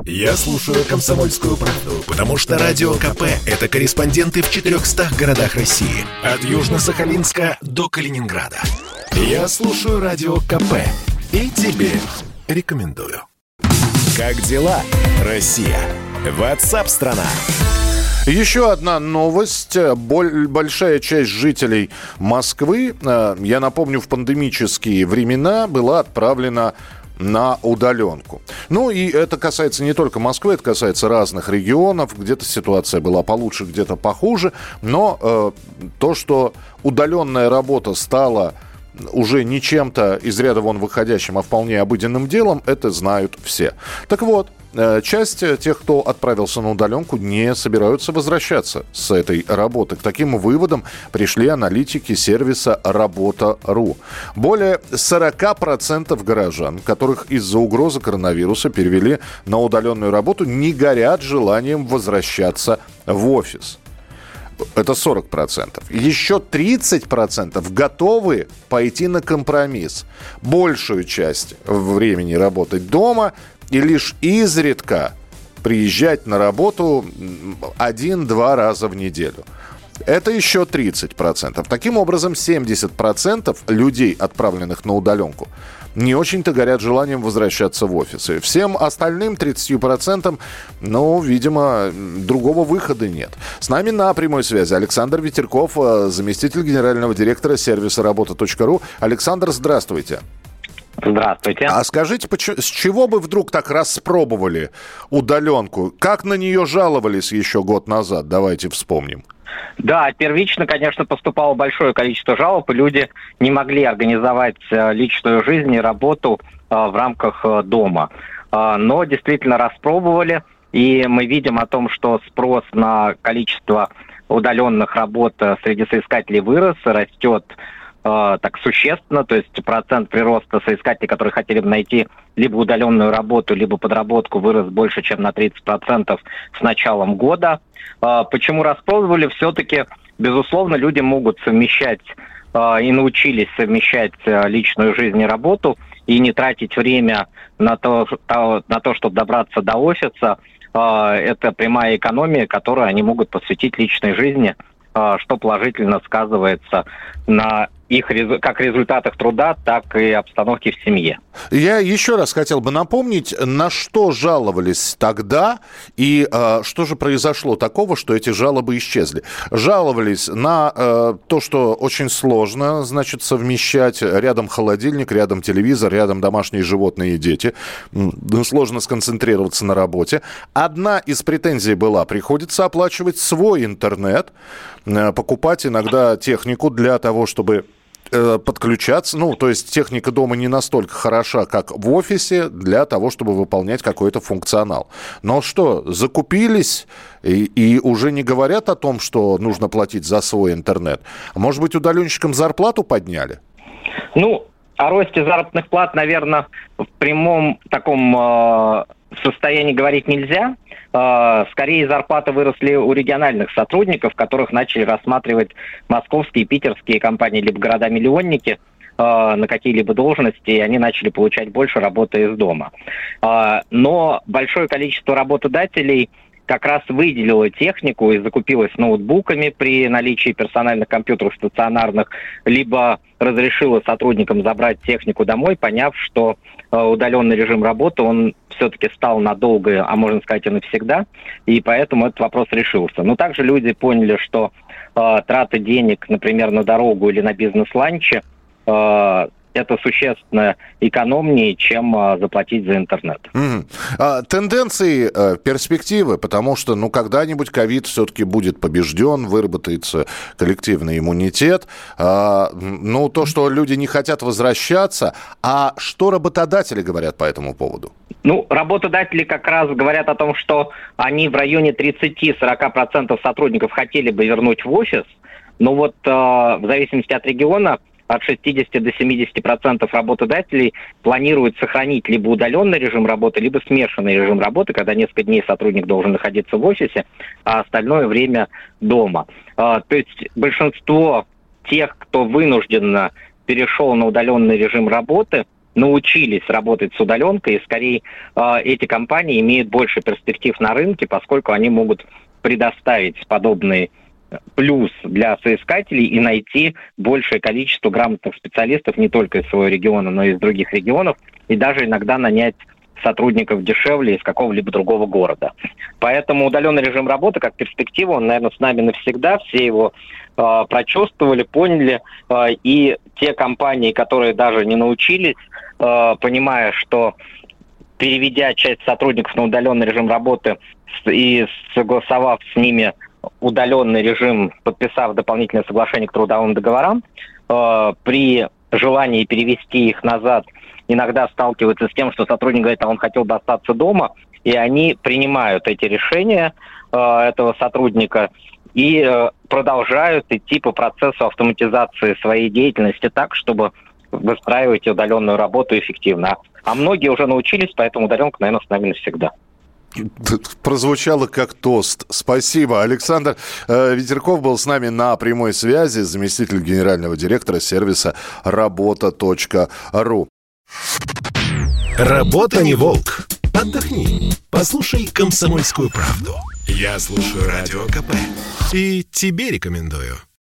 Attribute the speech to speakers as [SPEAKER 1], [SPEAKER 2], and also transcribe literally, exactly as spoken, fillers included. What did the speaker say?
[SPEAKER 1] Я слушаю «Комсомольскую правду», потому что Радио КП – это корреспонденты в четырехстах городах России. От Южно-Сахалинска до Калининграда. Я слушаю Радио КП и тебе рекомендую. Как дела, Россия? Ватсап-страна!
[SPEAKER 2] Еще одна новость. Большая часть жителей Москвы, я напомню, в пандемические времена была отправлена на удаленку. Ну и это касается не только Москвы, это касается разных регионов. Где-то ситуация была получше, где-то похуже. Но э, то, что удаленная работа стала уже не чем-то из ряда вон выходящим, а вполне обыденным делом, это знают все. Так вот, часть тех, кто отправился на удаленку, не собираются возвращаться с этой работы. К таким выводам пришли аналитики сервиса работа точка ру. Более сорок процентов горожан, которых из-за угрозы коронавируса перевели на удаленную работу, не горят желанием возвращаться в офис. Это сорок процентов. Еще тридцать процентов готовы пойти на компромисс. Большую часть времени работать дома и лишь изредка приезжать на работу один-два раза в неделю. Это еще тридцать процентов. Таким образом, семьдесят процентов людей, отправленных на удаленку, не очень-то горят желанием возвращаться в офисы. Всем остальным тридцать процентов, ну, видимо, другого выхода нет. С нами на прямой связи Александр Ветерков, заместитель генерального директора сервиса работа точка ру. Александр, здравствуйте.
[SPEAKER 3] Здравствуйте.
[SPEAKER 2] А скажите, с чего бы вдруг так распробовали удаленку? Как на нее жаловались еще год назад? Давайте вспомним.
[SPEAKER 3] Да, первично, конечно, поступало большое количество жалоб, и люди не могли организовать личную жизнь и работу в рамках дома. Но действительно распробовали, и мы видим о том, что спрос на количество удаленных работ среди соискателей вырос, растет так существенно, то есть процент прироста соискателей, которые хотели бы найти либо удаленную работу, либо подработку, вырос больше, чем на тридцать процентов с началом года. Почему распробовали? Все-таки, безусловно, люди могут совмещать и научились совмещать личную жизнь и работу, и не тратить время на то, на то, чтобы добраться до офиса. Это прямая экономия, которую они могут посвятить личной жизни, что положительно сказывается на их как результатах труда, так и обстановке в семье.
[SPEAKER 2] Я еще раз хотел бы напомнить, на что жаловались тогда и э, что же произошло такого, что эти жалобы исчезли. Жаловались на э, то, что очень сложно, значит, совмещать рядом холодильник, рядом телевизор, рядом домашние животные и дети. Сложно сконцентрироваться на работе. Одна из претензий была: приходится оплачивать свой интернет, э, покупать иногда технику для того, чтобы подключаться, ну, то есть техника дома не настолько хороша, как в офисе, для того, чтобы выполнять какой-то функционал. Но что, закупились и, и уже не говорят о том, что нужно платить за свой интернет? Может быть, удаленщикам зарплату подняли?
[SPEAKER 3] Ну, о росте заработных плат, наверное, в прямом таком э, состоянии говорить нельзя. Э, скорее, зарплаты выросли у региональных сотрудников, которых начали рассматривать московские и питерские компании, либо города-миллионники, э, на какие-либо должности, и они начали получать больше работы из дома. Э, но большое количество работодателей как раз выделила технику и закупилась ноутбуками при наличии персональных компьютеров стационарных, либо разрешила сотрудникам забрать технику домой, поняв, что э, удаленный режим работы, он все-таки стал надолго, а можно сказать и навсегда, и поэтому этот вопрос решился. Но также люди поняли, что э, траты денег, например, на дорогу или на бизнес-ланчи, э, это существенно экономнее, чем а, заплатить за интернет. Mm-hmm.
[SPEAKER 2] А, тенденции, а, перспективы, потому что, ну, когда-нибудь ковид все-таки будет побежден, выработается коллективный иммунитет. А, ну, то, что люди не хотят возвращаться, а что работодатели говорят по этому поводу?
[SPEAKER 3] Ну, работодатели как раз говорят о том, что они в районе тридцать-сорок процентов сотрудников хотели бы вернуть в офис, но вот а, в зависимости от региона от шестидесяти до семидесяти процентов работодателей планируют сохранить либо удаленный режим работы, либо смешанный режим работы, когда несколько дней сотрудник должен находиться в офисе, а остальное время дома. А, то есть большинство тех, кто вынужденно перешел на удаленный режим работы, научились работать с удаленкой, и скорее эти компании имеют больше перспектив на рынке, поскольку они могут предоставить подобный плюс для соискателей и найти большее количество грамотных специалистов не только из своего региона, но и из других регионов, и даже иногда нанять сотрудников дешевле из какого-либо другого города. Поэтому удаленный режим работы как перспектива, он, наверное, с нами навсегда. Все его э, прочувствовали, поняли. Э, и те компании, которые даже не научились, э, понимая, что переведя часть сотрудников на удаленный режим работы и согласовав с ними удаленный режим, подписав дополнительное соглашение к трудовым договорам, э, при желании перевести их назад иногда сталкиваются с тем, что сотрудник говорит, а он хотел бы остаться дома, и они принимают эти решения э, этого сотрудника и э, продолжают идти по процессу автоматизации своей деятельности так, чтобы выстраивать удаленную работу эффективно. А многие уже научились, поэтому удаленка, наверное, с нами навсегда.
[SPEAKER 2] Прозвучало как тост. Спасибо. Александр э, Ветерков был с нами на прямой связи, заместитель генерального директора сервиса работа точка ру.
[SPEAKER 1] Работа не волк. Отдохни. Послушай «Комсомольскую правду». Я слушаю Радио КП. И тебе рекомендую.